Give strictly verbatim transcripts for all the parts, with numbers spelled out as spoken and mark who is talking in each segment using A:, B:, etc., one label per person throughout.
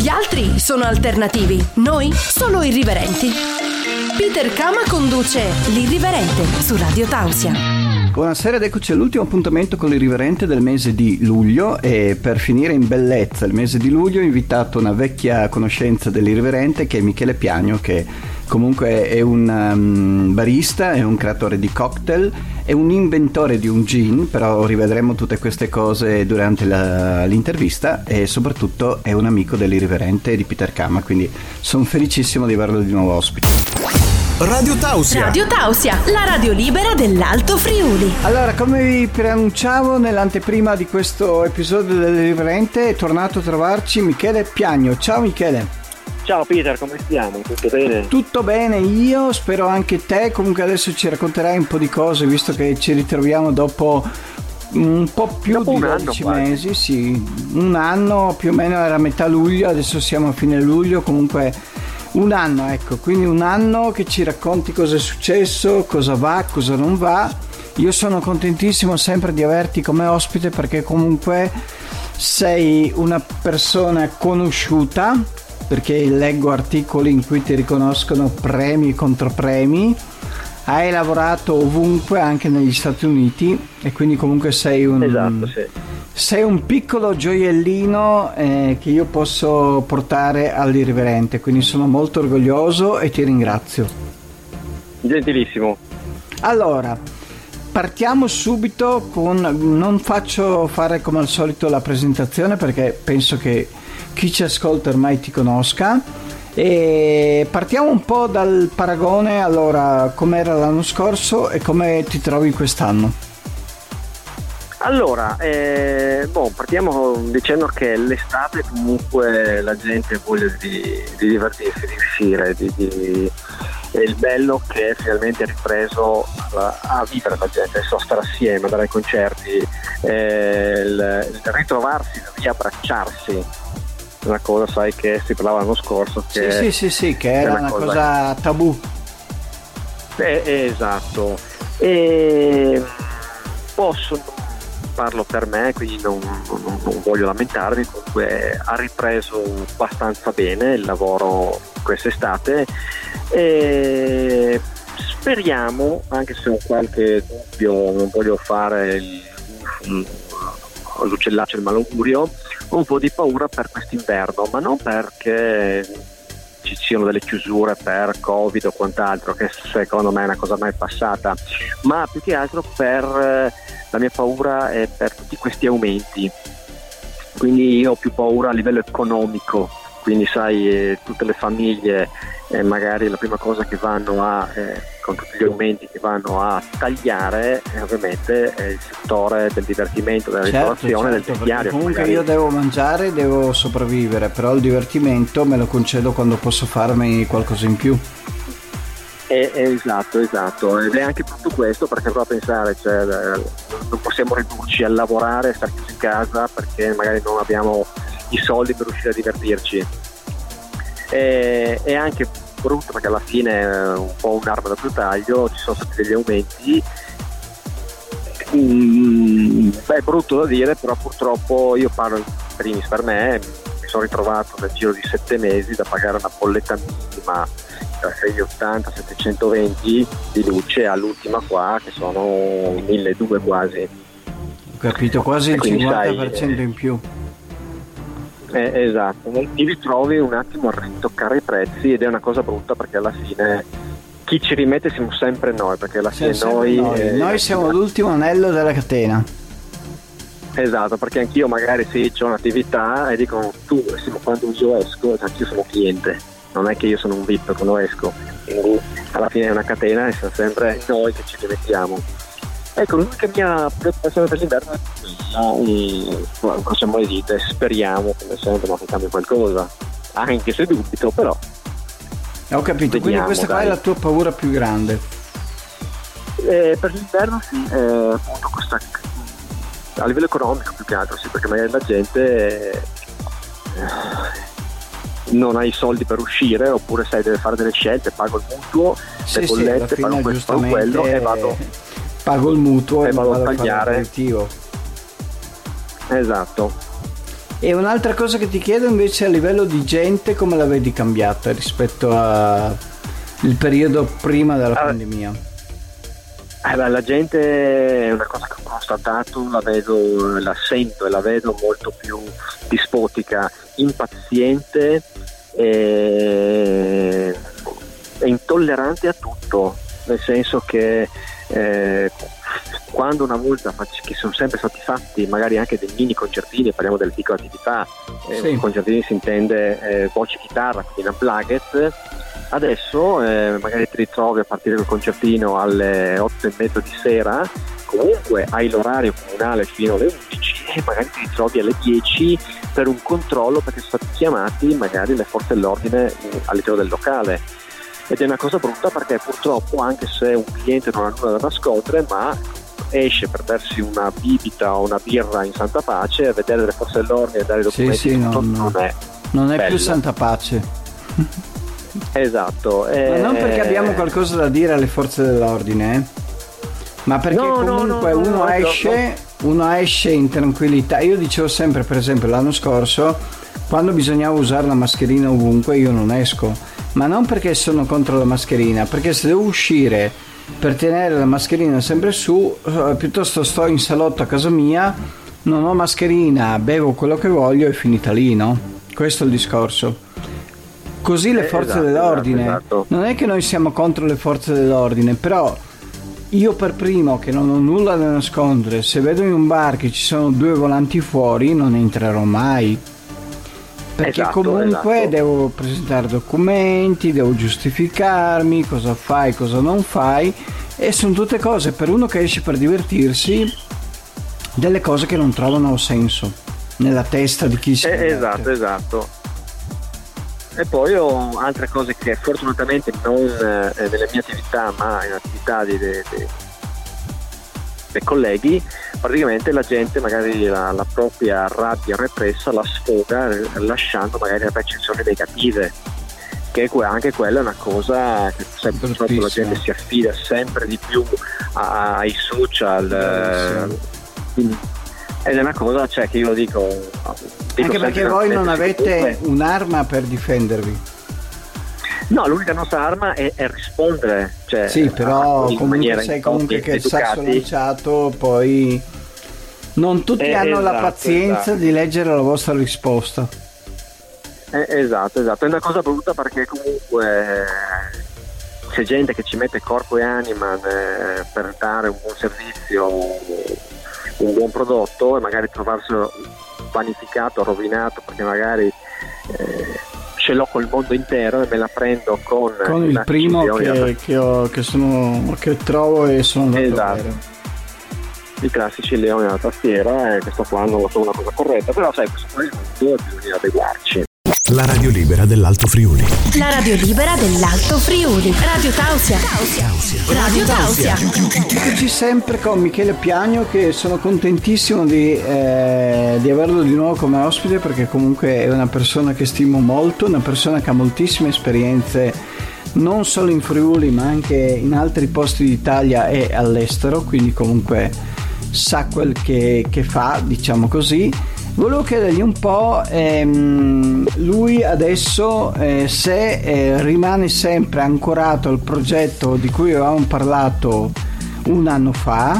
A: Gli altri sono alternativi, noi solo irriverenti. Peter Kama conduce L'Irriverente su Radio Tausia.
B: Buonasera ed eccoci all'ultimo appuntamento con l'Irriverente del mese di luglio, e per finire in bellezza il mese di luglio ho invitato una vecchia conoscenza dell'Irriverente che è Michele Piagno, che comunque è un um, barista, è un creatore di cocktail, è un inventore di un gin, però rivedremo tutte queste cose durante la, l'intervista, e soprattutto è un amico dell'Irriverente e di Peter Kama, quindi sono felicissimo di averlo di nuovo ospite.
C: Radio Tausia.
A: Radio Tausia, la radio libera dell'Alto Friuli.
B: Allora, come vi preannunciavo nell'anteprima di questo episodio dell'Irriverente, è tornato a trovarci Michele Piagno. Ciao Michele.
D: Ciao Peter, come stiamo? Tutto bene?
B: Tutto bene, io spero anche te. Comunque adesso ci racconterai un po' di cose, visto che ci ritroviamo dopo un po' più
D: dopo
B: di
D: un
B: dodici
D: anno
B: mesi, sì, un anno più o meno, era metà luglio, adesso siamo a fine luglio, comunque un anno, ecco, quindi un anno che ci racconti cosa è successo, cosa va, cosa non va. Io sono contentissimo sempre di averti come ospite, perché comunque sei una persona conosciuta, perché leggo articoli in cui ti riconoscono premi e contropremi, hai lavorato ovunque, anche negli Stati Uniti, e quindi comunque sei un,
D: esatto, sì.
B: sei un piccolo gioiellino eh, che io posso portare all'Irriverente, quindi sono molto orgoglioso e ti ringrazio.
D: Gentilissimo.
B: Allora, partiamo subito con, non faccio fare come al solito la presentazione, perché penso che chi ci ascolta ormai ti conosca, e partiamo un po' dal paragone. Allora, com'era l'anno scorso e come ti trovi quest'anno?
D: Allora, eh, boh, partiamo dicendo che l'estate comunque la gente ha voglia di, di divertirsi, di uscire, di, di, è il bello che è finalmente ripreso a, a vivere la gente, adesso a stare assieme, andare ai concerti, eh, il, il ritrovarsi, il riabbracciarsi. Una cosa, sai, che si parlava l'anno scorso, che
B: sì, sì, sì, sì, che era una cosa, cosa tabù.
D: Eh, esatto. E posso, parlo per me, quindi non, non, non voglio lamentarmi, comunque ha ripreso abbastanza bene il lavoro quest'estate, e speriamo, anche se ho qualche dubbio, non voglio fare il, il, l'uccellaccio, il malaugurio, ho un po' di paura per quest'inverno, ma non perché ci siano delle chiusure per Covid o quant'altro, che secondo me è una cosa mai passata, ma più che altro per la mia paura è per tutti questi aumenti. Quindi io ho più paura a livello economico, quindi sai, eh, tutte le famiglie eh, magari la prima cosa che vanno a eh, con tutti gli aumenti che vanno a tagliare è ovviamente è il settore del divertimento, della
B: certo,
D: ristorazione,
B: certo,
D: del vestiario.
B: Comunque
D: magari.
B: Io devo mangiare, devo sopravvivere, però il divertimento me lo concedo quando posso farmi qualcosa in più.
D: Eh, eh, esatto, esatto, ed è anche tutto questo, perché prova a pensare, cioè, eh, non possiamo ridurci a lavorare, stare chiusi in casa perché magari non abbiamo i soldi per riuscire a divertirci. E, è anche brutto perché alla fine è un po' un'arma da due taglio, ci sono stati degli aumenti. Mm, beh, è brutto da dire, però purtroppo io parlo in primis per me, mi sono ritrovato nel giro di sette mesi da pagare una bolletta minima da seicentottanta settecentoventi di luce all'ultima qua che sono milleduecento quasi.
B: Ho capito, quasi il
D: quindi,
B: cinquanta per cento
D: sai,
B: in più.
D: Eh, esatto, ti ritrovi un attimo a ritoccare i prezzi, ed è una cosa brutta perché alla fine chi ci rimette siamo sempre noi, perché alla fine noi,
B: noi,
D: eh,
B: noi siamo l'ultimo anello della catena.
D: Esatto, perché anch'io magari sì, ho un'attività e dicono tu, sì, ma quando io esco, anch'io sono cliente, non è che io sono un V I P quando esco, quindi alla fine è una catena e siamo sempre noi che ci rimettiamo. Ecco, l'unica mia preoccupazione per l'inverno è quella, facciamo le dita e speriamo come sempre che cambi qualcosa, anche se dubito, però
B: ho capito,
D: vediamo,
B: quindi questa qua
D: dai.
B: è la tua paura più grande.
D: Eh, per l'inverno sì, eh, appunto questa, a livello economico più che altro sì, perché magari la gente eh, non ha i soldi per uscire, oppure sai, deve fare delle scelte, pago il mutuo,
B: sì,
D: le bollette,
B: sì,
D: pago questo, pago quello e vado
B: pago il mutuo e,
D: e vado
B: vado
D: a
B: a
D: tagliare.
B: fare l'aperitivo.
D: Esatto.
B: E un'altra cosa che ti chiedo invece, a livello di gente, come la vedi cambiata rispetto al periodo prima della
D: ah,
B: pandemia?
D: Eh, la gente è una cosa che ho constatato, la vedo, la sento e la vedo molto più dispotica, impaziente e, e intollerante a tutto, nel senso che eh, quando una volta, che sono sempre stati fatti magari anche dei mini concertini, parliamo delle piccole attività, eh, sì. Concertini si intende eh, voce chitarra, quindi unplugged. Adesso eh, magari ti ritrovi a partire dal concertino alle otto e mezza di sera, comunque hai l'orario comunale fino alle undici e magari ti ritrovi alle dieci per un controllo perché sono stati chiamati magari le forze dell'ordine all'interno del locale. Ed è una cosa brutta perché purtroppo, anche se un cliente non ha nulla da nascondere, ma esce per bersi una bibita o una birra in santa pace, a vedere le forze dell'ordine e dare i documenti,
B: sì, sì, non,
D: non è
B: non è
D: bello.
B: Più santa pace.
D: Esatto.
B: Ma non perché abbiamo qualcosa da dire alle forze dell'ordine, eh? Ma perché
D: no,
B: comunque
D: no, no,
B: uno
D: no,
B: esce
D: no.
B: uno esce in tranquillità. Io dicevo sempre, per esempio l'anno scorso, quando bisognava usare la mascherina ovunque, io non esco, ma non perché sono contro la mascherina, perché se devo uscire per tenere la mascherina sempre su, piuttosto sto in salotto a casa mia, non ho mascherina, bevo quello che voglio e finita lì, no? Questo è il discorso. Così le forze
D: esatto,
B: dell'ordine,
D: esatto, esatto.
B: Non è che noi siamo contro le forze dell'ordine, però io per primo, che non ho nulla da nascondere, se vedo in un bar che ci sono due volanti fuori non entrerò mai, perché
D: esatto,
B: comunque
D: esatto.
B: devo presentare documenti, devo giustificarmi cosa fai, cosa non fai, e sono tutte cose, per uno che esce per divertirsi, delle cose che non trovano senso nella testa di chi si
D: eh,
B: diverte.
D: esatto esatto E poi ho altre cose che fortunatamente non eh, nelle mie attività, ma in attività di, di, di, dei colleghi, praticamente la gente magari la, la propria rabbia repressa la sfoga lasciando magari recensioni negative, che anche quella è una cosa che sempre, purtroppo la gente si affida sempre di più a, ai social, eh, ed è una cosa, cioè, che io dico, dico
B: anche perché voi non avete
D: comunque
B: un'arma per difendervi.
D: No, l'unica nostra arma è, è rispondere, cioè,
B: sì, però
D: in
B: comunque sai comunque che il sasso lanciato, poi non tutti
D: eh,
B: hanno
D: esatto,
B: la pazienza
D: esatto.
B: di leggere la vostra risposta.
D: Eh, esatto, esatto, è una cosa brutta perché comunque c'è gente che ci mette corpo e anima eh, per dare un buon servizio, un buon prodotto, e magari trovarselo vanificato, rovinato, perché magari eh, ce l'ho col mondo intero e me la prendo con,
B: con il primo che, che, ho, che, sono, che trovo e sono andato
D: esatto.
B: a vedere.
D: I classici leoni alla tastiera, e questo qua non lo so una cosa corretta, però sai, questo qua è il mondo e bisogna adeguarci.
C: La radio libera dell'Alto Friuli.
A: La radio libera dell'Alto Friuli. Radio Tausia. Radio Tausia.
B: Oggi sempre con Michele Piagno, che sono contentissimo di, eh, di averlo di nuovo come ospite, perché comunque è una persona che stimo molto, una persona che ha moltissime esperienze non solo in Friuli ma anche in altri posti d'Italia e all'estero, quindi comunque sa quel che, che fa, diciamo così. Volevo chiedergli un po', ehm, lui adesso eh, se eh, rimane sempre ancorato al progetto di cui avevamo parlato un anno fa,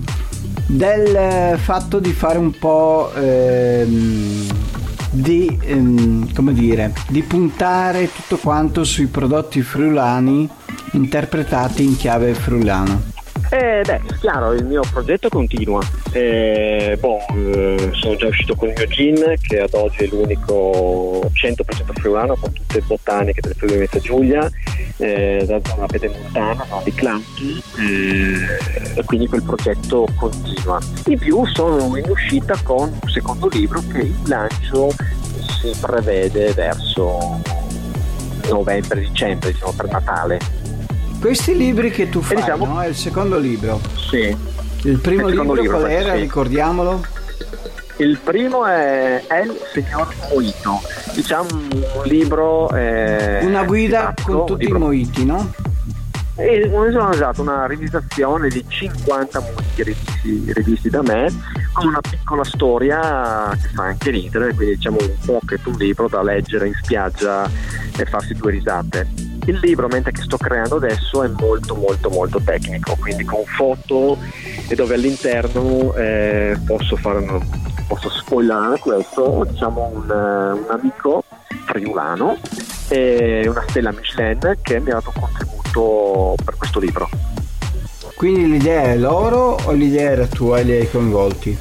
B: del fatto di fare un po' ehm, di, ehm, come dire, di puntare tutto quanto sui prodotti friulani interpretati in chiave friulana.
D: Eh, beh, chiaro, il mio progetto continua. Eh, boh, eh, sono già uscito con il mio gin, che ad oggi è l'unico cento per cento friulano, con tutte le botaniche del Friuli Venezia Giulia, eh, da zona pedemontana, no, di Clauti, eh, e quindi quel progetto continua. In più sono in uscita con un secondo libro che il lancio si prevede verso novembre-dicembre, diciamo, per Natale.
B: Questi libri che tu fai,
D: diciamo,
B: no? È il secondo libro.
D: Sì.
B: Il primo
D: il
B: libro,
D: libro
B: qual era?
D: Sì.
B: Ricordiamolo.
D: Il primo è El Signor Mojito, diciamo un libro... Eh,
B: una guida
D: esatto,
B: con tutti
D: libro,
B: i mojiti, no?
D: Esatto, una rivisitazione di cinquanta mojiti rivisti, rivisti da me, con una piccola storia che fa anche ridere, quindi diciamo un pocket, un libro da leggere in spiaggia e farsi due risate. Il libro, mentre che sto creando adesso, è molto molto molto tecnico, quindi con foto, e dove all'interno eh, posso fare posso spoilerare questo, diciamo un, un amico friulano e una stella Michelin che mi ha dato un contributo per questo libro.
B: Quindi l'idea è loro o l'idea era tua e li hai coinvolti?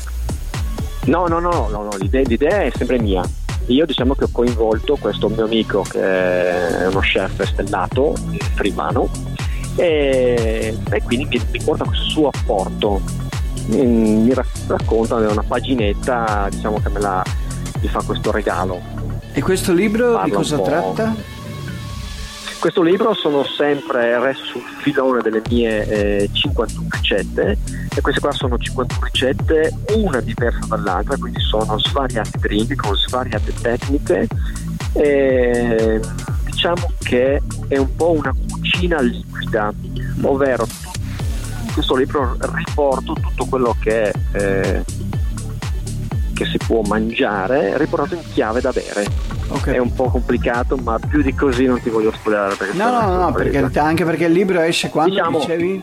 D: No, no, no, no, no l'idea, l'idea è sempre mia. Io diciamo che ho coinvolto questo mio amico che è uno chef stellato friulano e, e quindi mi, mi porta questo suo apporto, mi, mi racconta una paginetta, diciamo che me la mi fa questo regalo.
B: E questo libro
D: Parla
B: di cosa tratta?
D: Questo libro sono sempre resto sul filone delle mie eh, cinquantuno ricette, e queste qua sono cinquantuno ricette, una diversa dall'altra, quindi sono svariati drink con svariate tecniche, e diciamo che è un po' una cucina liquida, ovvero in questo libro riporto tutto quello che, eh, che si può mangiare riportato in chiave da bere. Okay. È un po' complicato, ma più di così non ti voglio spoilerare.
B: No, no, no, no, per carità, anche perché il libro esce quando,
D: diciamo,
B: dicevi?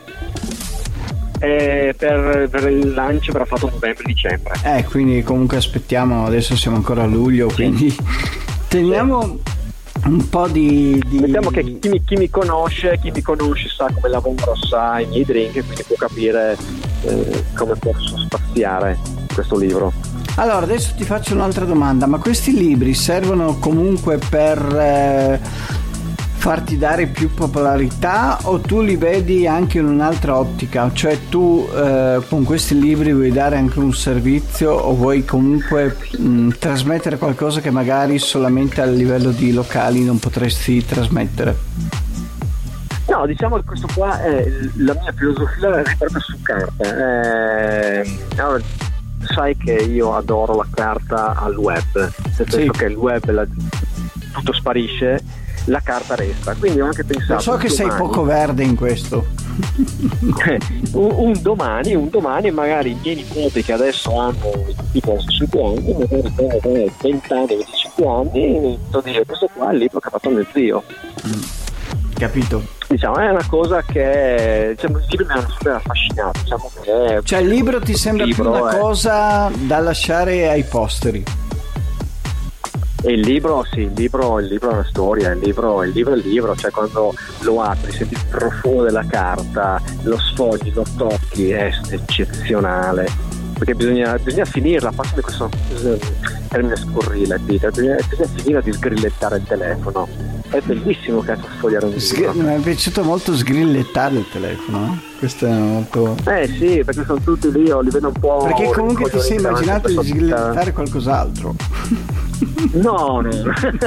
D: Eh, per, per il lancio verrà fatto novembre-dicembre.
B: Eh, quindi comunque aspettiamo, adesso siamo ancora a luglio, quindi sì. Teniamo un po' di, di...
D: Mettiamo che chi mi, chi mi conosce, chi mi conosce sa come lavoro, sa i miei drink, quindi può capire eh, come posso spaziare questo libro.
B: Allora, adesso ti faccio un'altra domanda, ma questi libri servono comunque per eh, farti dare più popolarità, o tu li vedi anche in un'altra ottica? Cioè tu eh, con questi libri vuoi dare anche un servizio, o vuoi comunque mh, trasmettere qualcosa che magari solamente a livello di locali non potresti trasmettere?
D: No, diciamo che questo qua è la mia filosofia, riporta su carta. Eh, allora, sai che io adoro la carta al web, nel senso sì. che il web la, tutto sparisce, la carta resta, quindi ho anche pensato,
B: lo so che
D: domani,
B: sei poco verde in questo.
D: un, un domani un domani magari i miei nipoti, che adesso hanno tipo cinque anni, magari per venti anni, venticinque anni, sto dire, questo qua è il libro che ha fatto mio zio.
B: Mm. Capito?
D: Diciamo, è una cosa che, diciamo, il libro mi ha super affascinato, diciamo che
B: cioè il libro ti sembra più una è... cosa da lasciare ai posteri.
D: E il libro, sì, il libro, il libro è una storia, il libro, il libro è il libro, cioè quando lo apri, senti il profumo della carta, lo sfogli, lo tocchi, è eccezionale, perché bisogna, bisogna finirla, passare questo termine scurrile, bisogna, bisogna finire di sgrillettare il telefono. È bellissimo che sfogliare un libro.
B: Mi è piaciuto molto sgrillettare il telefono, eh? Questo è molto...
D: Eh sì, perché sono tutti lì, io li vedo un po'...
B: Perché comunque ti sei immaginato di sgrillettare qualcos'altro.
D: No, no.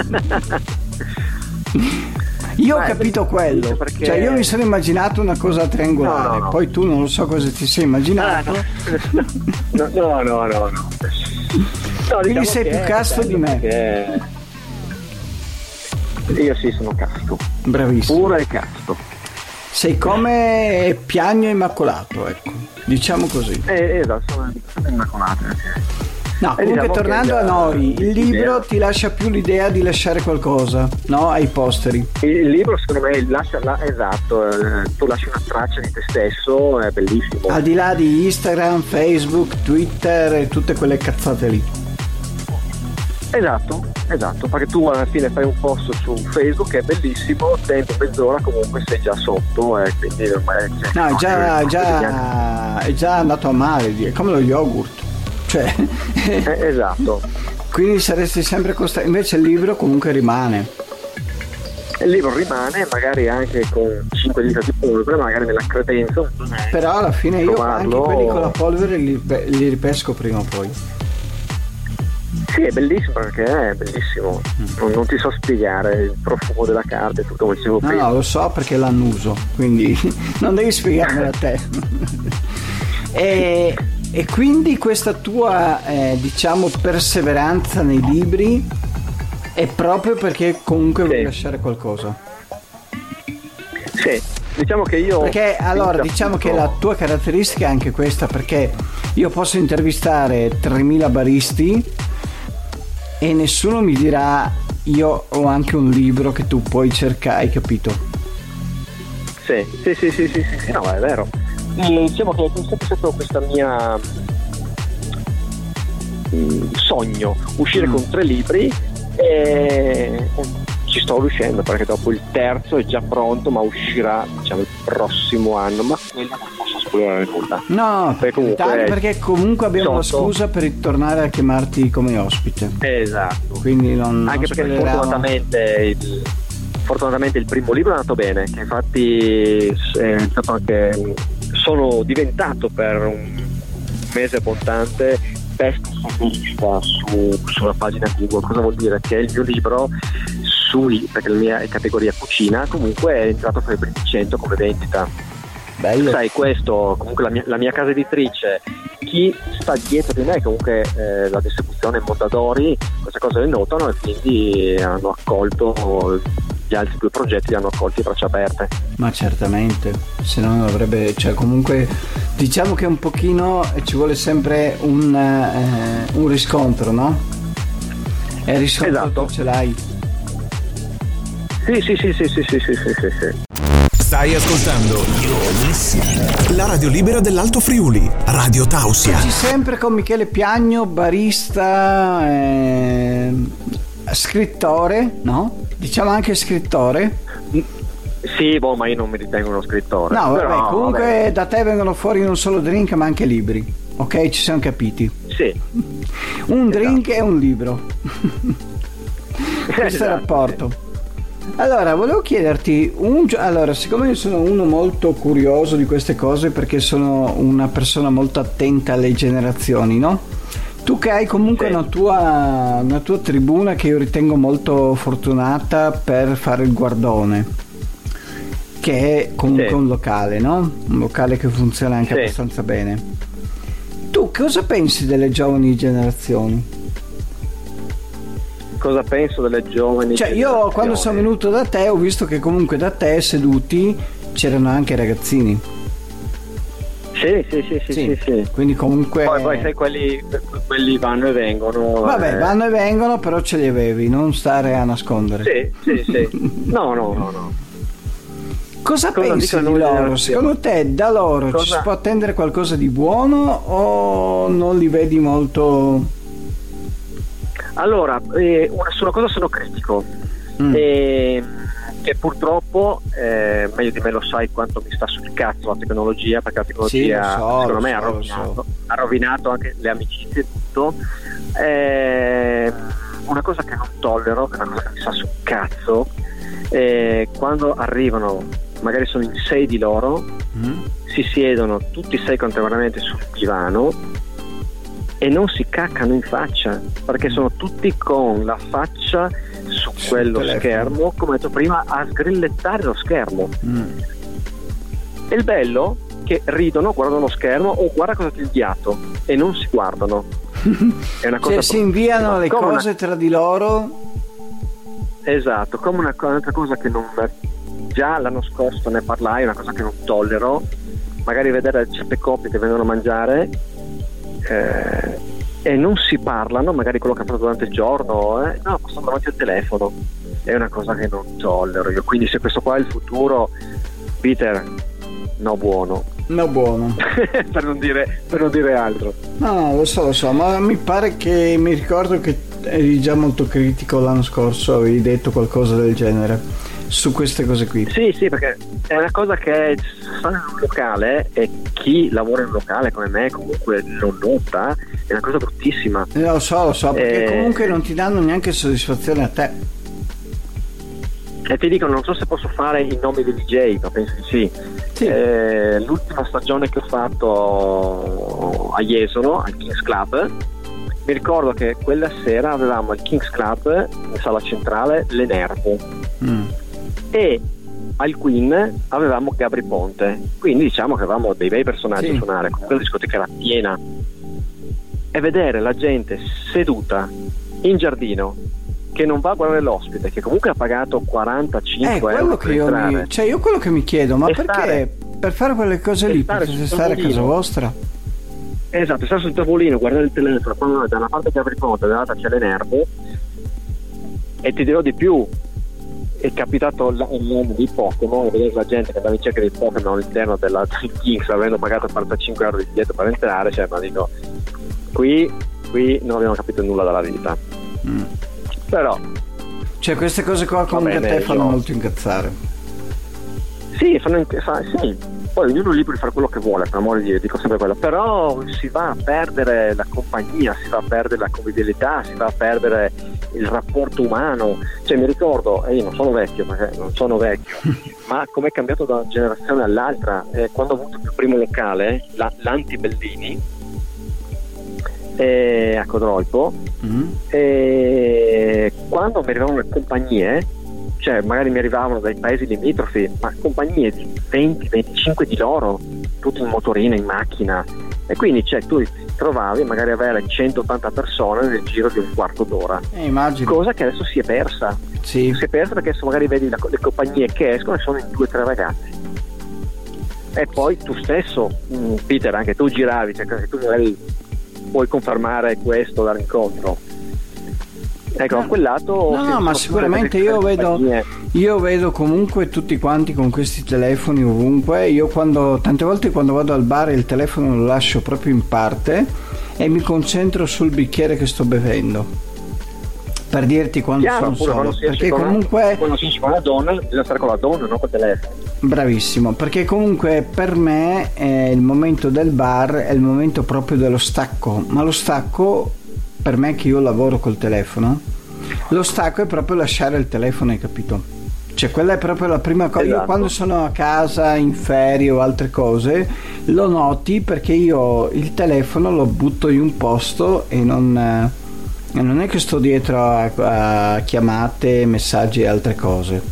B: Io ho capito quello, perché... cioè io mi sono immaginato una cosa triangolare, no, no, no. Poi tu non lo so cosa ti sei immaginato.
D: Ah, no. no, no, no, no, no. no
B: Quindi sei più casto di me.
D: Che... Io sì, sono casto.
B: Bravissimo.
D: Puro e casto.
B: Sei come Piagno Immacolato, ecco, diciamo così.
D: Eh, esatto, sono, sono immacolato.
B: No, comunque diciamo tornando a noi, il libro ti lascia più l'idea di lasciare qualcosa, no? Ai posteri.
D: Il libro secondo me lascia, la, esatto, eh, tu lasci una traccia di te stesso, è bellissimo.
B: Al di là di Instagram, Facebook, Twitter e tutte quelle cazzate lì.
D: Esatto, esatto, perché tu alla fine fai un post su Facebook che è bellissimo, dentro mezz'ora comunque sei già sotto e quindi ormai c'è...
B: No, è già, già, è già andato a male, è come lo yogurt, cioè...
D: eh, esatto.
B: Quindi saresti sempre costretto, invece il libro comunque rimane.
D: Il libro rimane, magari anche con cinque dita di polvere, magari nella credenza.
B: Però alla fine io anche quelli con la polvere li, li ripesco prima o poi.
D: Sì, è bellissimo, perché è bellissimo, non, non ti so spiegare il profumo della carta e tutto come dicevo prima.
B: No, no, lo so perché l'annuso, quindi non devi spiegarmelo a te. e, e quindi questa tua eh, diciamo perseveranza nei libri è proprio perché comunque sì. vuoi lasciare qualcosa.
D: Sì, diciamo che io...
B: Perché allora diciamo che la tua caratteristica è anche questa, perché io posso intervistare tremila baristi e nessuno mi dirà io ho anche un libro che tu puoi cercare, hai capito?
D: Sì, sì, sì, sì, sì, sì, no, è vero. E diciamo che è sempre stato questa mia mh, sogno, uscire
B: mm.
D: con tre libri, e ci sto riuscendo perché dopo il terzo è già pronto, ma uscirà diciamo il prossimo anno, ma quello non posso spoilerare nulla.
B: No, perché comunque, perché comunque abbiamo la scusa per ritornare a chiamarti come ospite.
D: Esatto.
B: Quindi non
D: anche
B: non
D: perché fortunatamente il, fortunatamente il primo libro è andato bene, che infatti è stato anche sono diventato per un mese abbondante best sellerista su, sulla pagina Google. Cosa vuol dire? Che il mio libro sui, perché la mia categoria cucina comunque è entrato fra i primi cento come vendita.
B: Bello.
D: Sai, questo comunque la mia, la mia casa editrice, chi sta dietro di me comunque eh, la distribuzione in Mondadori, queste cose le notano e quindi hanno accolto gli altri due progetti, li hanno accolti a braccia aperte.
B: Ma certamente, se no non avrebbe, cioè comunque diciamo che un pochino ci vuole sempre un, eh, un riscontro, no? E il riscontro
D: esatto.
B: tu ce l'hai.
D: Sì, sì, sì, sì, sì, sì, sì, sì, sì.
C: Stai ascoltando la radio libera dell'Alto Friuli, Radio Tausia.
B: Oggi sempre con Michele Piagno, barista, eh, scrittore, no? Diciamo anche scrittore.
D: Sì, boh, ma io non mi ritengo uno scrittore.
B: No, vabbè,
D: però,
B: comunque
D: vabbè.
B: Da te vengono fuori non solo drink ma anche libri. Ok, ci siamo capiti.
D: Sì.
B: Un
D: esatto.
B: drink e un libro. Questo
D: esatto,
B: è il rapporto.
D: Sì.
B: Allora, volevo chiederti, un, allora, siccome io sono uno molto curioso di queste cose perché sono una persona molto attenta alle generazioni, no? Tu che hai comunque
D: sì.
B: una, tua, una tua tribuna che io ritengo molto fortunata per fare il guardone, che è comunque sì. un locale, no? Un locale che funziona anche sì. abbastanza bene. Tu cosa pensi delle giovani generazioni?
D: Cosa penso delle giovani?
B: Cioè io quando sono venuto da te ho visto che comunque da te seduti c'erano anche ragazzini.
D: Sì, sì, sì, sì, sì, sì.
B: Quindi comunque
D: poi, poi sai quelli, quelli vanno e vengono.
B: Vabbè,
D: eh.
B: vanno e vengono, però ce li avevi, non stare a nascondere.
D: Sì, sì, sì. No, no, no, no.
B: Cosa, Cosa pensi di loro? Secondo te da loro Cosa? Ci si può attendere qualcosa di buono o non li vedi molto?
D: Allora, eh, una, su una cosa sono critico, mm. eh, che purtroppo, eh, meglio di me lo sai quanto mi sta sul cazzo la tecnologia, perché la tecnologia
B: sì, so,
D: secondo me
B: so,
D: ha, rovinato,
B: so.
D: ha rovinato anche le amicizie e tutto. Eh, una cosa che non tollero, che è una cosa che mi sta sul cazzo, eh, quando arrivano, magari sono in sei di loro, mm. si siedono tutti e sei contemporaneamente sul divano e non si caccano in faccia, perché sono tutti con la faccia su Sul quello telefono. Schermo, come ho detto prima, a sgrillettare lo schermo. Mm. E il bello che ridono, guardano lo schermo o guarda cosa ti ho inviato e non si guardano. È una cosa
B: cioè si inviano le
D: come
B: cose
D: una...
B: tra di loro.
D: Esatto, come una, un'altra cosa che non, già l'anno scorso ne parlai, una cosa che non tollero, magari vedere certe coppie che vengono a mangiare Eh, e non si parlano, magari quello che ha fatto durante il giorno, eh, no, passano davanti al telefono, è una cosa che non tollero io. Quindi se questo qua è il futuro, Peter, no buono,
B: no buono
D: per non dire per non dire altro.
B: No, lo so, lo so, ma mi pare che mi ricordo che eri già molto critico l'anno scorso, avevi detto qualcosa del genere su queste cose qui.
D: Sì, sì, perché è una cosa che sta in un locale e chi lavora in un locale come me comunque lo nota, è una cosa bruttissima.
B: Eh, lo so, lo so, perché
D: eh...
B: comunque non ti danno neanche soddisfazione a te.
D: E ti dico, non so se posso fare i nomi dei D J, ma penso di sì. sì. Eh, l'ultima stagione che ho fatto a Jesolo, al Kings Club, mi ricordo che quella sera avevamo al Kings Club in sala centrale le Nervo. Mm. E al Queen avevamo Gabri Ponte, quindi diciamo che avevamo dei bei personaggi sì. a suonare, comunque la discoteca era piena, e vedere la gente seduta in giardino che non va a guardare l'ospite, che comunque ha pagato quarantacinque
B: eh,
D: euro
B: che io mi, cioè io quello che mi chiedo, ma
D: e
B: perché
D: stare,
B: per fare quelle cose lì potete stare a casa vostra?
D: esatto, stare sul tavolino, guardare il telefono, quando da una parte c'è il remoto, dall'altra c'è le nerve. E ti dirò di più, è capitato l'anno di Pokémon e vedere la gente che andava in cerca di Pokémon all'interno della Kings avendo pagato quarantacinque euro di biglietto per entrare, cioè, ma dico, qui, qui non abbiamo capito nulla dalla vita. Mm. Però
B: cioè queste cose qua comunque a te fanno io... molto incazzare.
D: Sì, fanno fa, sì. Poi ognuno è libero di fare quello che vuole, per amore di Dio, dico sempre quello, però si va a perdere la compagnia, si va a perdere la convivialità, si va a perdere il rapporto umano. Cioè mi ricordo, e io non sono vecchio perché non sono vecchio, ma com'è cambiato da una generazione all'altra, eh, quando ho avuto il primo locale, la, l'Anti-Bellini, eh, a Codroipo, mm-hmm. eh, quando mi arrivavano le compagnie, cioè magari mi arrivavano dai paesi limitrofi, ma compagnie di venti venticinque di loro, tutti in motorino, in macchina, e quindi cioè, tu ti trovavi magari avere centottanta persone nel giro di un quarto d'ora,
B: eh, immagino.
D: Cosa che adesso si è persa.
B: Sì.
D: Si è persa perché adesso magari vedi la, le compagnie che escono e sono in due o tre ragazzi, e poi tu stesso, mh, Peter, anche tu giravi, cioè che tu magari puoi confermare questo dall'incontro. Ecco, a quel lato
B: no, no, ma sicuramente io vedo io vedo comunque tutti quanti con questi telefoni ovunque. Io quando tante volte quando vado al bar il telefono lo lascio proprio in parte e mi concentro sul bicchiere che sto bevendo, per dirti quando
D: Chiaro,
B: sono solo, perché
D: con
B: comunque
D: una, quando si esce con la donna bisogna stare con la donna, non col telefono.
B: Bravissimo, perché comunque per me eh, il momento del bar è il momento proprio dello stacco, ma lo stacco per me, che io lavoro col telefono, lo stacco è proprio lasciare il telefono, hai capito? Cioè quella è proprio la prima cosa. Esatto. Io quando sono a casa in ferie o altre cose lo noti, perché io il telefono lo butto in un posto e non, eh, non è che sto dietro a, a chiamate, messaggi e altre cose.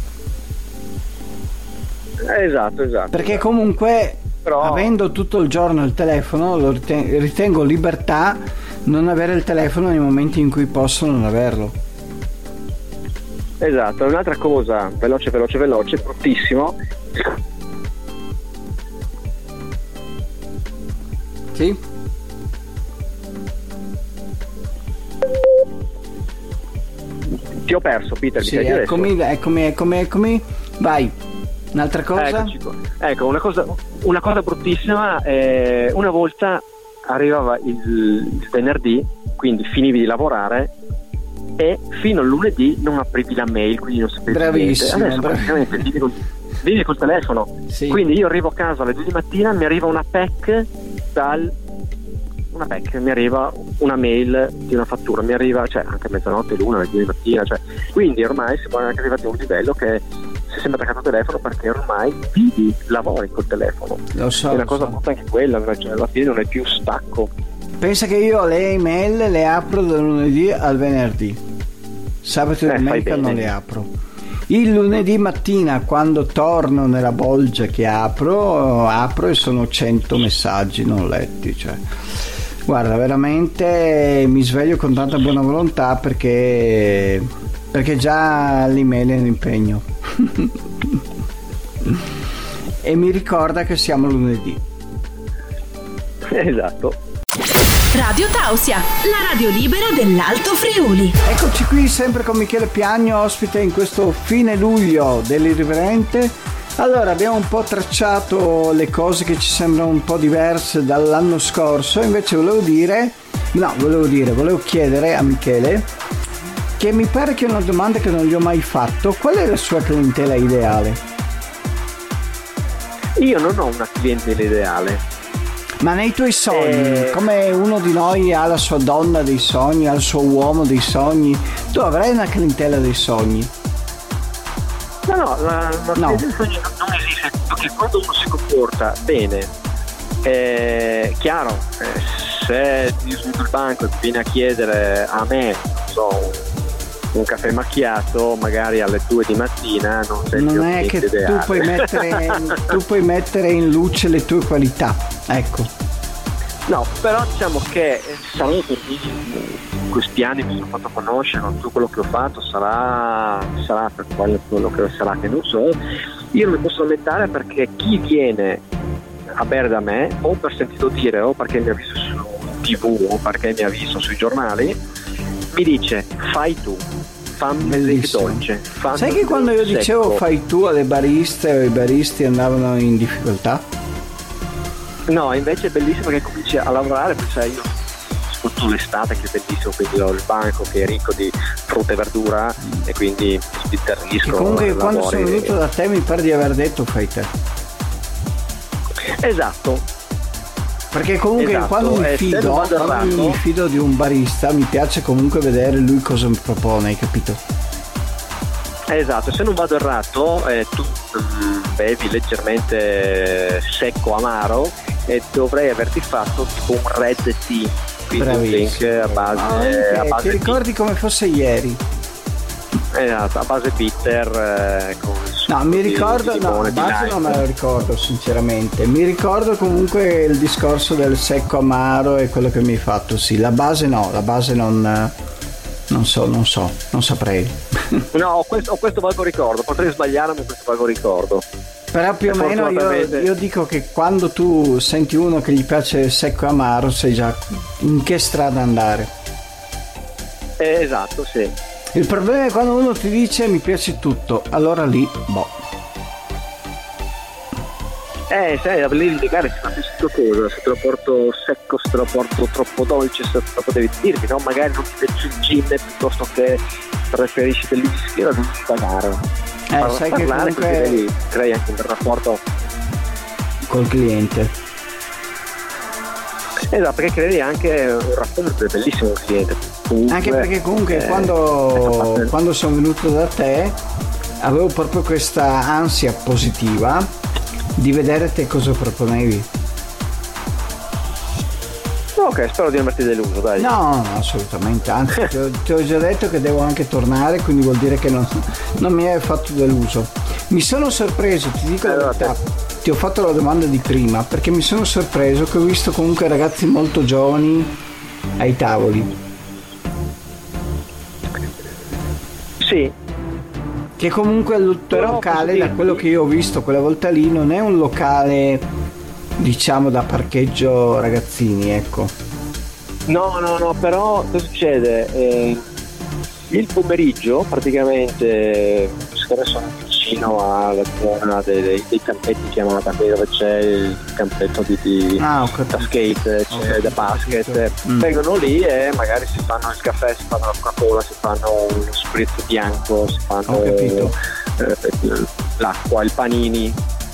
D: Esatto, esatto.
B: Perché comunque però... avendo tutto il giorno il telefono lo ritengo, ritengo libertà non avere il telefono nei momenti in cui posso non averlo.
D: Esatto, un'altra cosa, veloce veloce veloce, bruttissimo.
B: Sì?
D: Ti ho perso, Peter,
B: sì,
D: mi sei
B: eccomi, eccomi, eccomi, eccomi, vai. Un'altra cosa?
D: Eccoci. Ecco, una cosa, una cosa bruttissima, eh, una volta arrivava il, il venerdì, quindi finivi di lavorare e fino al lunedì non aprivi la mail, quindi non sapevi
B: bravissimo,
D: niente. Adesso
B: brav-
D: praticamente vivi col, vivi col telefono, sì. Quindi io arrivo a casa alle due di mattina, mi arriva una P E C dal una P E C, mi arriva una mail di una fattura, mi arriva, cioè anche a mezzanotte, l'una, alle due di mattina, cioè, quindi ormai siamo anche arrivati a un livello che si sembra attaccato al telefono, perché ormai vivi, lavori col telefono.
B: Lo so,
D: è una
B: lo
D: cosa
B: so.
D: brutta anche quella, cioè alla fine non è più stacco.
B: Pensa che io le email le apro dal lunedì al venerdì, sabato e
D: eh,
B: domenica non le apro. Il lunedì mattina, quando torno nella bolgia che apro, apro e sono cento messaggi non letti, cioè guarda, veramente mi sveglio con tanta buona volontà, perché perché già l'email è un impegno e mi ricorda che siamo lunedì.
D: Esatto.
A: Radio Tausia, la radio libera dell'Alto Friuli.
B: Eccoci qui sempre con Michele Piagno, ospite in questo fine luglio dell'Irriverente. Allora, abbiamo un po' tracciato le cose che ci sembrano un po' diverse dall'anno scorso, invece volevo dire, no, volevo dire, volevo chiedere a Michele, che mi pare che è una domanda che non gli ho mai fatto: qual è la sua clientela ideale?
D: Io non ho una clientela ideale.
B: Ma nei tuoi sogni,
D: eh...
B: come uno di noi ha la sua donna dei sogni, ha il suo uomo dei sogni, tu avrai una clientela dei sogni?
D: No, no, la, la
B: no.
D: clientela dei sogni non esiste, perché quando uno si comporta bene, è chiaro, eh, se io sono sul banco e viene a chiedere a me, non so, un caffè macchiato magari alle due di mattina, non sei
B: non
D: più
B: è che
D: ideale.
B: tu puoi mettere tu puoi mettere in luce le tue qualità, ecco.
D: No, però diciamo che sarà per in questi anni mi sono fatto conoscere, non tutto quello che ho fatto sarà sarà per quello che sarà, che non so. Io non mi posso lamentare, perché chi viene a bere da me, o per sentito dire o perché mi ha visto su tivù perché mi ha visto sui giornali, mi dice fai tu, fammi il drink dolce.
B: Sai che quando io
D: secco.
B: dicevo fai tu alle bariste o i baristi andavano in difficoltà?
D: No, invece è bellissimo perché cominci a lavorare, poi sai, io soprattutto l'estate che è bellissimo, quindi ho il banco che è ricco di frutta e verdura e quindi mi sbitterrisco.
B: E comunque quando sono venuto
D: e...
B: da te mi pare di aver detto fai te.
D: Esatto.
B: Perché comunque
D: esatto.
B: quando, mi
D: eh,
B: fido, quando mi fido di un barista mi piace comunque vedere lui cosa mi propone, hai capito?
D: Esatto, se non vado errato eh, tu mm, bevi leggermente secco amaro e dovrei averti fatto tipo un red tea, quindi un drink a base,
B: ah,
D: a base
B: ti ricordi come fosse ieri?
D: Esatto, a base bitter eh, con
B: no, mi ricordo,
D: di, di
B: no, a base non me lo ricordo sinceramente, mi ricordo comunque il discorso del secco amaro e quello che mi hai fatto, sì, la base no, la base non, non so, non so, non saprei.
D: No, ho questo, ho questo vago ricordo, potrei sbagliarmi, questo vago ricordo.
B: Però più o meno io, io dico che quando tu senti uno che gli piace il secco e amaro sai già in che strada andare.
D: Eh, esatto, sì.
B: Il problema è quando uno ti dice mi piace tutto, allora lì, boh.
D: Eh, sai, a litigare si fa questo cosa, se te lo porto secco, se te lo porto troppo dolce, se te lo potevi dirmi, no? Magari non ti piace il gin piuttosto che preferisci del whisky, la devi pagare.
B: Eh,
D: Ma
B: sai che comunque
D: lì, crei anche un rapporto
B: col cliente.
D: Esatto, perché crei anche un rapporto bellissimo con il cliente. Comunque,
B: anche perché comunque
D: eh,
B: quando, quando sono venuto da te avevo proprio questa ansia positiva di vedere te cosa proponevi.
D: Ok, spero di non averti deluso, dai.
B: No, no, assolutamente, anzi ti ho, ti ho già detto che devo anche tornare, quindi vuol dire che non, non mi hai fatto deluso. Mi sono sorpreso, ti dico
D: allora,
B: la verità, ti ho fatto la domanda di prima perché mi sono sorpreso che ho visto comunque ragazzi molto giovani ai tavoli.
D: Sì.
B: Che comunque il tuo
D: Però
B: locale,
D: dirti...
B: da quello che io ho visto quella volta lì, non è un locale diciamo da parcheggio ragazzini, ecco.
D: No, no, no, però cosa succede? Eh, il pomeriggio praticamente, siccome sono vicino alla zona dei, dei, dei campetti chiamata, qui dove c'è il campetto di, di
B: ah,
D: da skate, c'è da basket, mm. vengono lì e magari si fanno il caffè, si fanno la Coca-Cola, si fanno uno spritz bianco, si fanno eh, l'acqua, il panini.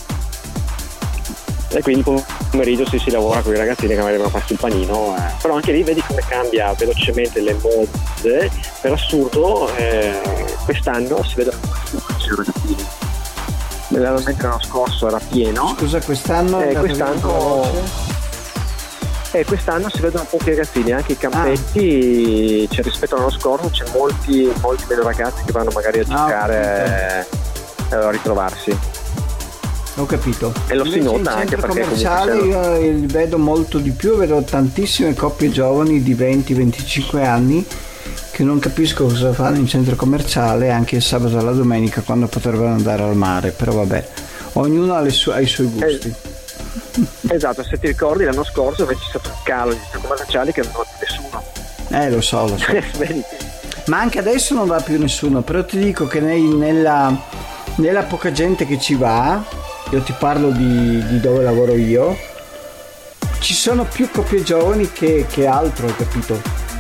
D: E quindi il pomeriggio si, si lavora con i ragazzini che magari devono farsi il panino, eh. Però anche lì vedi come cambia velocemente le mode. Per assurdo eh, quest'anno si vedono molti ragazzini, mentre l'anno scorso era pieno.
B: Scusa, quest'anno
D: eh, quest'anno eh, quest'anno si vedono pochi ragazzini, anche i campetti, ah. cioè, rispetto all'anno scorso c'è molti, molti meno ragazzi che vanno magari a giocare, ah, eh, a ritrovarsi.
B: Ho capito.
D: E lo si nota anche perché
B: commerciale io li vedo molto di più, vedo tantissime coppie giovani di venti venticinque anni che non capisco cosa fanno in centro commerciale anche il sabato e la domenica quando potrebbero andare al mare, però vabbè, ognuno ha, le sue, ha i suoi gusti.
D: Eh, esatto, se ti ricordi l'anno scorso invece c'è stato un calo di centri commerciali che non va più nessuno.
B: Eh lo so, lo so. Ma anche adesso non va più nessuno, però ti dico che nei, nella, nella poca gente che ci va, io ti parlo di, di dove lavoro io, ci sono più coppie giovani che, che altro, hai capito?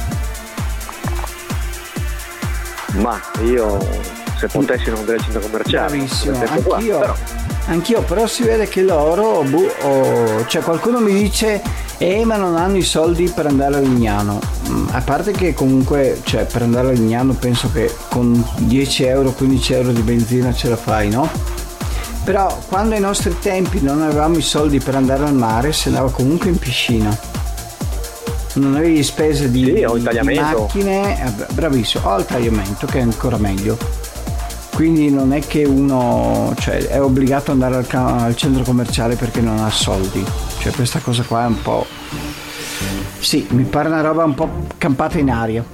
D: Ma io se potessi non andrei al centro commerciale.
B: Bravissimo, anch'io, però. anch'io però si vede che loro buh, oh, cioè qualcuno mi dice eh ma non hanno i soldi per andare a Lignano, mm, a parte che comunque cioè per andare a Lignano penso che con dieci euro quindici euro di benzina ce la fai, no? Però quando ai nostri tempi non avevamo i soldi per andare al mare si andava comunque in piscina, non avevi spese di,
D: sì, o
B: di macchine, eh, bravissimo, o il tagliamento che è ancora meglio, quindi non è che uno cioè, è obbligato ad andare al, al centro commerciale perché non ha soldi, cioè questa cosa qua è un po', sì, mi pare una roba un po' campata in aria.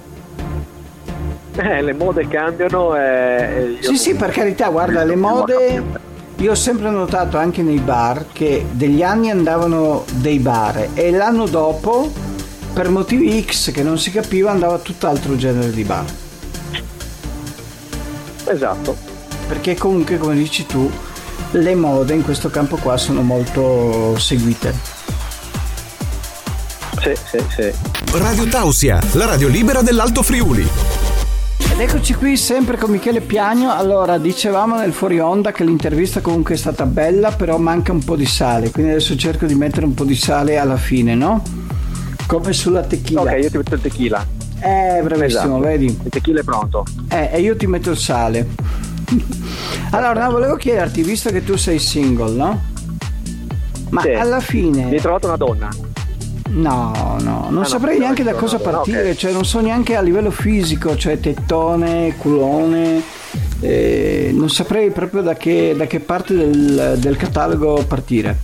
D: Eh, le mode cambiano e io
B: sì sì, per carità, guarda, le mode io ho sempre notato anche nei bar che degli anni andavano dei bar e l'anno dopo per motivi X che non si capiva andava a tutt'altro genere di bar.
D: Esatto.
B: Perché comunque, come dici tu, le mode in questo campo qua sono molto seguite.
D: Sì, sì, sì.
C: Radio Tausia, la radio libera dell'Alto Friuli.
B: Ed eccoci qui sempre con Michele Piagno. Allora, dicevamo nel fuori onda che l'intervista comunque è stata bella, però manca un po' di sale, quindi adesso cerco di mettere un po' di sale alla fine, no? Come sulla tequila.
D: Ok, io ti metto il tequila.
B: Eh, bravissimo,
D: Esatto.
B: vedi?
D: Il tequila è pronto.
B: Eh, e io ti metto il sale. Allora, no, volevo chiederti, visto che tu sei single, no? Ma
D: Sì.
B: alla fine...
D: Mi hai trovato una donna?
B: No, no, non
D: Ah, no,
B: saprei
D: no,
B: neanche da
D: no,
B: cosa
D: no, no,
B: partire,
D: ok.
B: cioè non so neanche a livello fisico, cioè tettone, culone, eh, non saprei proprio da che, da che parte del, del catalogo partire.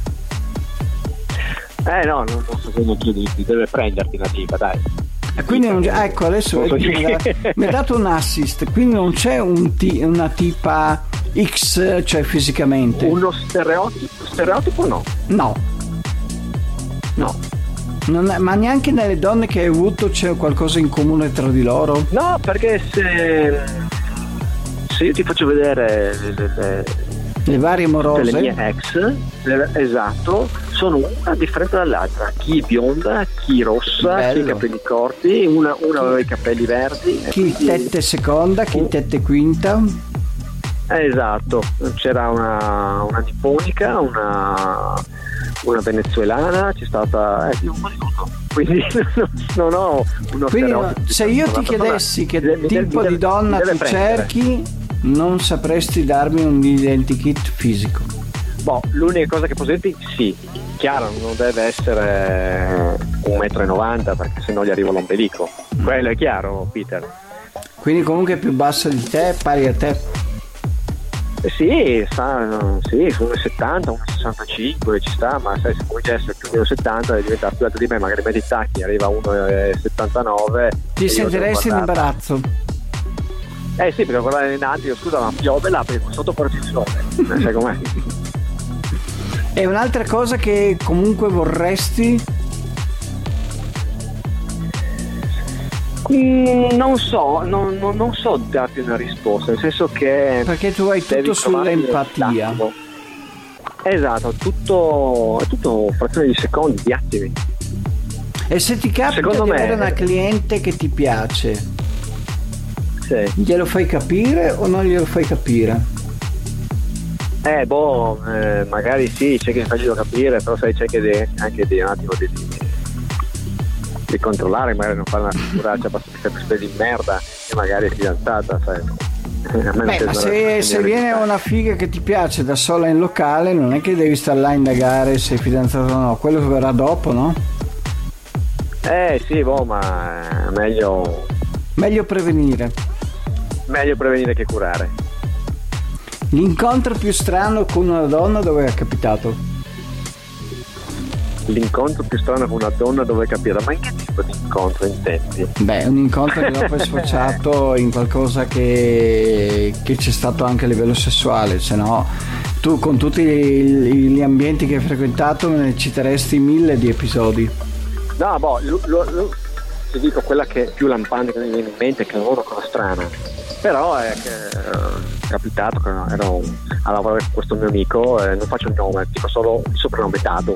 D: Eh no, non, non so come chiederti, deve prenderti una tipa, dai.
B: E quindi non, ah, ecco, adesso
D: Non so
B: vedi, mi, ha,
D: chi-
B: mi ha dato un assist, quindi non c'è un ti- una tipa X, cioè fisicamente.
D: Uno stereotipo, stereotipo no.
B: No,
D: No.
B: non è- ma neanche nelle donne che hai avuto c'è qualcosa in comune tra di loro?
D: No, perché se, se io ti faccio vedere le, le, le,
B: Le varie amorose?
D: delle mie ex, le- esatto, sono una differente dall'altra. Chi bionda, chi rossa,
B: Bello.
D: chi ha i capelli corti, una, una aveva i capelli verdi. e
B: Chi
D: quindi-
B: tette seconda, chi tette quinta?
D: Eh, esatto, c'era una, una nipponica, una, una venezuelana, c'è stata, eh, io un po' di tutto. Quindi non, non ho uno
B: Quindi no,
D: stereotipo.
B: se io ti
D: Una persona
B: chiedessi che
D: mi deve- mi deve-
B: tipo
D: mi
B: di
D: deve-
B: donna
D: mi deve
B: tu
D: prendere.
B: cerchi, non sapresti darmi un identikit fisico.
D: Boh, l'unica cosa che posso dirti, sì, chiaro, non deve essere un metro e novanta perché sennò gli arriva l'ombelico. Quello è chiaro, Peter.
B: Quindi comunque più bassa di te, pari a te.
D: Eh sì, sa, sì, su uno e settanta, uno e sessantacinque ci sta, ma sai, se comincia a essere più di uno e settanta e diventa più alto di me, magari metti i tacchi, arriva a uno e settantanove.
B: Ti sentiresti in imbarazzo.
D: Eh sì, perché guardare in alto, io scusa, ma piove là perché sotto fuori ci sono. Eh, sai com'è?
B: E un'altra cosa che comunque vorresti?
D: Mm, non so, non, non, non so darti una risposta, nel senso che
B: Perché tu hai
D: devi
B: tutto
D: trovare
B: sull'empatia.
D: l'esatto. Esatto, tutto, è tutto frazione di secondi, di attimi.
B: E se ti capita
D: Secondo
B: di
D: me-
B: avere una cliente che ti piace,
D: Sì.
B: glielo fai capire o non glielo fai capire?
D: Eh, boh, eh, magari sì, c'è che farglielo capire, però sai, c'è che de- anche di un attimo di, di, di controllare, magari non fare una figuraccia abbastanza spesa di merda e magari è fidanzata, sai. A me non
B: Beh,
D: sembra-
B: ma se, se viene una figa che ti piace da sola in locale, non è che devi stare là a indagare se è fidanzato o no, quello verrà dopo, no?
D: Eh sì, boh, ma è meglio,
B: Meglio prevenire.
D: meglio prevenire che curare.
B: L'incontro più strano con una donna dove è capitato?
D: L'incontro più strano con una donna dove capire, ma in che tipo di incontro intendi?
B: Beh, un incontro che dopo è sfociato in qualcosa che, che c'è stato anche a livello sessuale, se no tu con tutti gli, gli ambienti che hai frequentato me ne citeresti mille di episodi.
D: No, boh, lo, lo, lo- ti dico quella che è più lampante che mi viene in mente, che è una cosa strana. Però è che eh, è capitato che ero a lavorare con questo mio amico, eh, non faccio il nome, dico solo il soprannome Dado.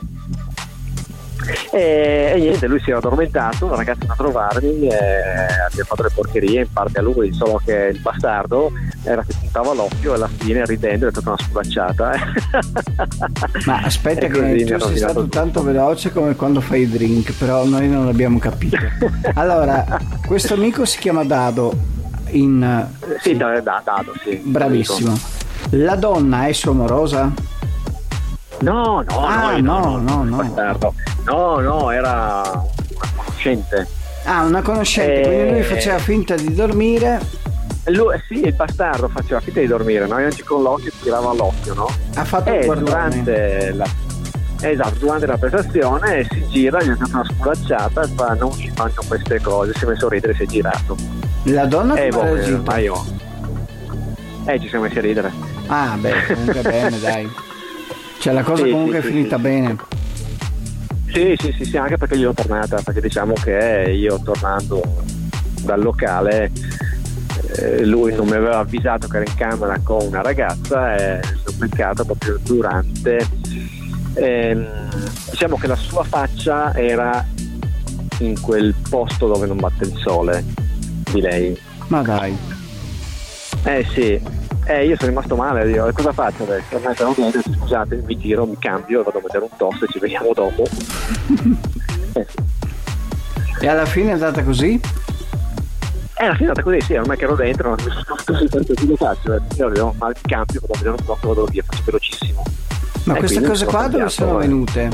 D: E, e niente, lui si era addormentato, la ragazza va a trovarmi e abbiamo fatto le porcherie in parte a lui, solo che il bastardo era che puntava l'occhio e alla fine ridendo è stata una sculacciata.
B: Ma aspetta
D: E così
B: che
D: mi
B: tu
D: ha
B: sei
D: rovinato
B: stato
D: tutto.
B: tanto veloce come quando fai i drink, però noi non l'abbiamo capito. Allora, questo amico si chiama Dado in...
D: Sì, da, da, Dado, sì.
B: Bravissimo. La donna è sua amorosa?
D: No, no,
B: Ah,
D: no,
B: no, no, no.
D: bastardo. No, no, era una conoscente.
B: Ah, una conoscente,
D: Eh,
B: quindi lui faceva finta di dormire.
D: Lui, sì, il bastardo faceva finta di dormire, no? Io anche con l'occhio tirava l'occhio, no?
B: Ha fatto
D: E
B: il guardone.
D: durante la esatto, durante la prestazione si gira, gli ha dato una sculacciata e fa non si fanno queste cose, si è messo a ridere e si è girato.
B: La donna
D: E
B: come
D: boh,
B: ha
D: eh,
B: reagito?
D: ma io. Eh, ci siamo messi a ridere.
B: Ah, beh, comunque bene, dai. Cioè la cosa
D: Sì,
B: comunque
D: sì,
B: è finita
D: sì,
B: bene.
D: Sì, sì, sì, sì, anche perché gliel'ho tornata, perché diciamo che io tornando dal locale eh, lui non mi aveva avvisato che era in camera con una ragazza e l'ho beccato proprio durante. Ehm, diciamo che la sua faccia era in quel posto dove non batte il sole di lei.
B: Ma dai.
D: Eh sì, eh, io sono rimasto male, dico, cosa faccio adesso? Ormai sono bene, scusate, mi giro, mi cambio e vado a mettere un toast e ci vediamo dopo. eh sì.
B: E alla fine è andata così?
D: Eh, alla fine è andata così, sì, ormai che ero dentro, non mi sono così tanto cosa faccio? Io avevo male di cambio, vado a vedere un toast e vado via, faccio velocissimo.
B: Ma
D: e
B: queste cose qua dove sono venute?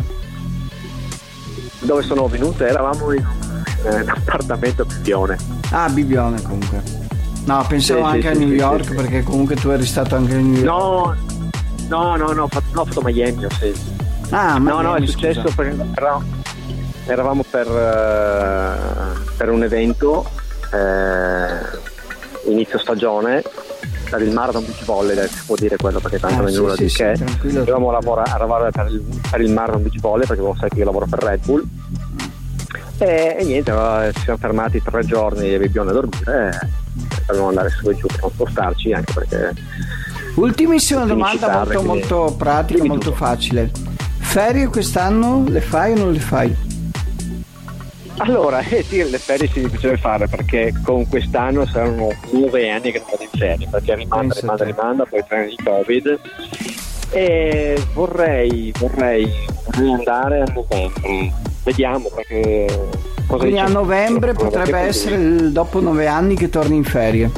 D: Dove sono venute? Eravamo in un eh, appartamento a Bibbione.
B: Ah, Bibbione comunque. No, pensavo
D: sì,
B: anche
D: sì,
B: a
D: sì,
B: New
D: sì,
B: York,
D: sì.
B: perché comunque tu eri stato anche a New York.
D: No, no, no, no, ho fatto, no, ho fatto Miami, sì.
B: Ah,
D: no,
B: Miami,
D: no, è
B: scusa.
D: successo perché eravamo, eravamo per, uh, per un evento uh, inizio stagione per il Marathon Beach Volley, adesso si può dire quello perché tanto
B: Ah,
D: non è
B: sì,
D: nulla
B: sì,
D: di
B: sì,
D: che.
B: tranquillo.
D: Dovevamo lavorare, lavorare per, il, per il Marathon Beach Volley perché voi sapete che io lavoro per Red Bull. E, e niente, allora ci siamo fermati tre giorni a Bibbione a dormire per non andare su e giù, per non spostarci, anche perché
B: Ultimissima domanda
D: tardi,
B: molto
D: quindi-
B: molto pratica,
D: dimmi
B: molto
D: tutto.
B: facile. Ferie quest'anno le fai o non le fai?
D: allora eh sì, le ferie si piace fare perché con quest'anno saranno nove anni che non vado in ferie perché rimanda,
B: Pensa
D: rimanda,
B: te.
D: rimanda, poi tre anni di Covid e vorrei vorrei, vorrei andare a novembre, vediamo perché cosa
B: Quindi a
D: dice-
B: novembre
D: cosa
B: potrebbe
D: dice-
B: essere il- dopo nove anni che torni in ferie.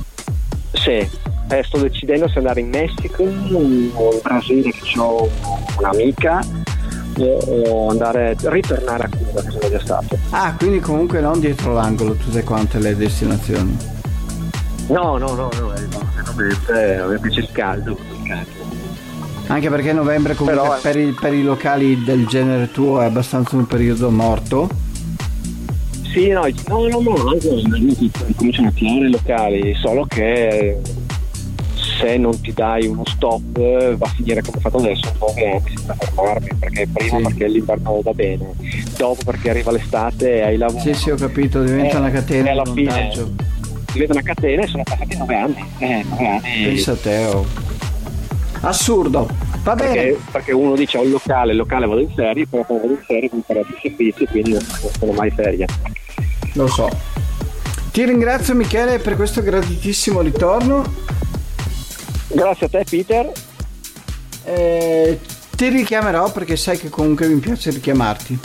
D: Sì, eh, sto decidendo se andare in Messico o in Brasile che ho un'amica o, o andare ritornare a Cuba che sono già stato.
B: Ah, quindi comunque non dietro l'angolo tutte quante le destinazioni.
D: No, no, no, no, eh, ovviamente, ovviamente c'è il caldo, il caldo.
B: Anche perché novembre comunque
D: Però, eh.
B: per, i, per i locali del genere tuo è abbastanza un periodo morto.
D: Sì, no, no, no, no, anche cominciano a tirare i locali, solo che se non ti dai uno stop va a finire come ho fatto adesso, nove anni senza fermarmi, perché prima
B: Sì.
D: perché l'inverno va bene, dopo perché arriva l'estate e hai lavoro.
B: Sì, sì, ho capito, diventa
D: Eh,
B: una catena
D: e alla
B: di
D: fine
B: montaggio.
D: diventa una catena e sono passati nove anni. Eh, nove anni.
B: Pensa a te, oh. Assurdo. Va bene.
D: Perché, perché uno dice ho il locale, il locale vado in ferie, poi quando vado in ferie mi farò più servizi, quindi non sono mai ferie.
B: Lo so. Ti ringrazio Michele per questo graditissimo ritorno.
D: Grazie a te Peter.
B: Eh, ti richiamerò perché sai che comunque mi piace richiamarti.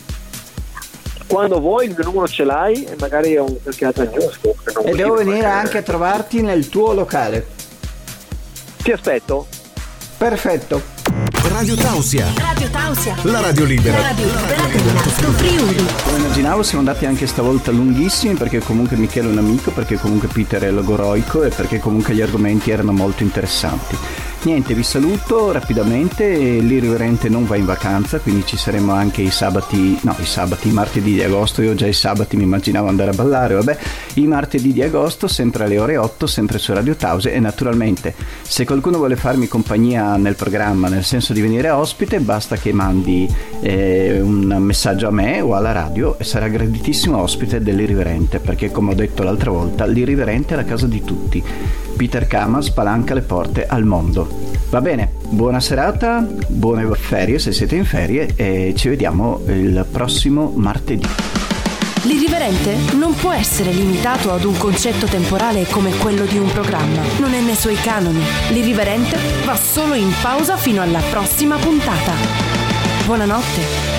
D: Quando vuoi il mio numero ce l'hai e magari ho un qualche altra news. che non
B: E
D: vuoi
B: devo
D: dire,
B: venire
D: perché-
B: anche a trovarti nel tuo locale.
D: Ti aspetto.
B: Perfetto.
C: Radio Tausia,
A: Radio Tausia.
C: la radio libera.
A: La radio libera dell'Alto Friuli.
B: Come immaginavo siamo andati anche stavolta lunghissimi perché comunque Michele è un amico, perché comunque Peter è logoroico e perché comunque gli argomenti erano molto interessanti. Niente, vi saluto rapidamente, l'Irriverente non va in vacanza, quindi ci saremo anche i sabati, no i sabati, i martedì di agosto, io già i sabati mi immaginavo andare a ballare, vabbè, i martedì di agosto sempre alle ore otto, sempre su Radio Tausia e naturalmente se qualcuno vuole farmi compagnia nel programma, nel senso di venire ospite, basta che mandi eh, un messaggio a me o alla radio e sarà graditissimo ospite dell'Irriverente, perché come ho detto l'altra volta, l'Irriverente è la casa di tutti. Peter Kama spalanca le porte al mondo. Va bene, buona serata, buone ferie se siete in ferie e ci vediamo il prossimo martedì.
A: L'irriverente non può essere limitato ad un concetto temporale come quello di un programma. Non è nei suoi canoni. L'irriverente va solo in pausa fino alla prossima puntata. Buonanotte.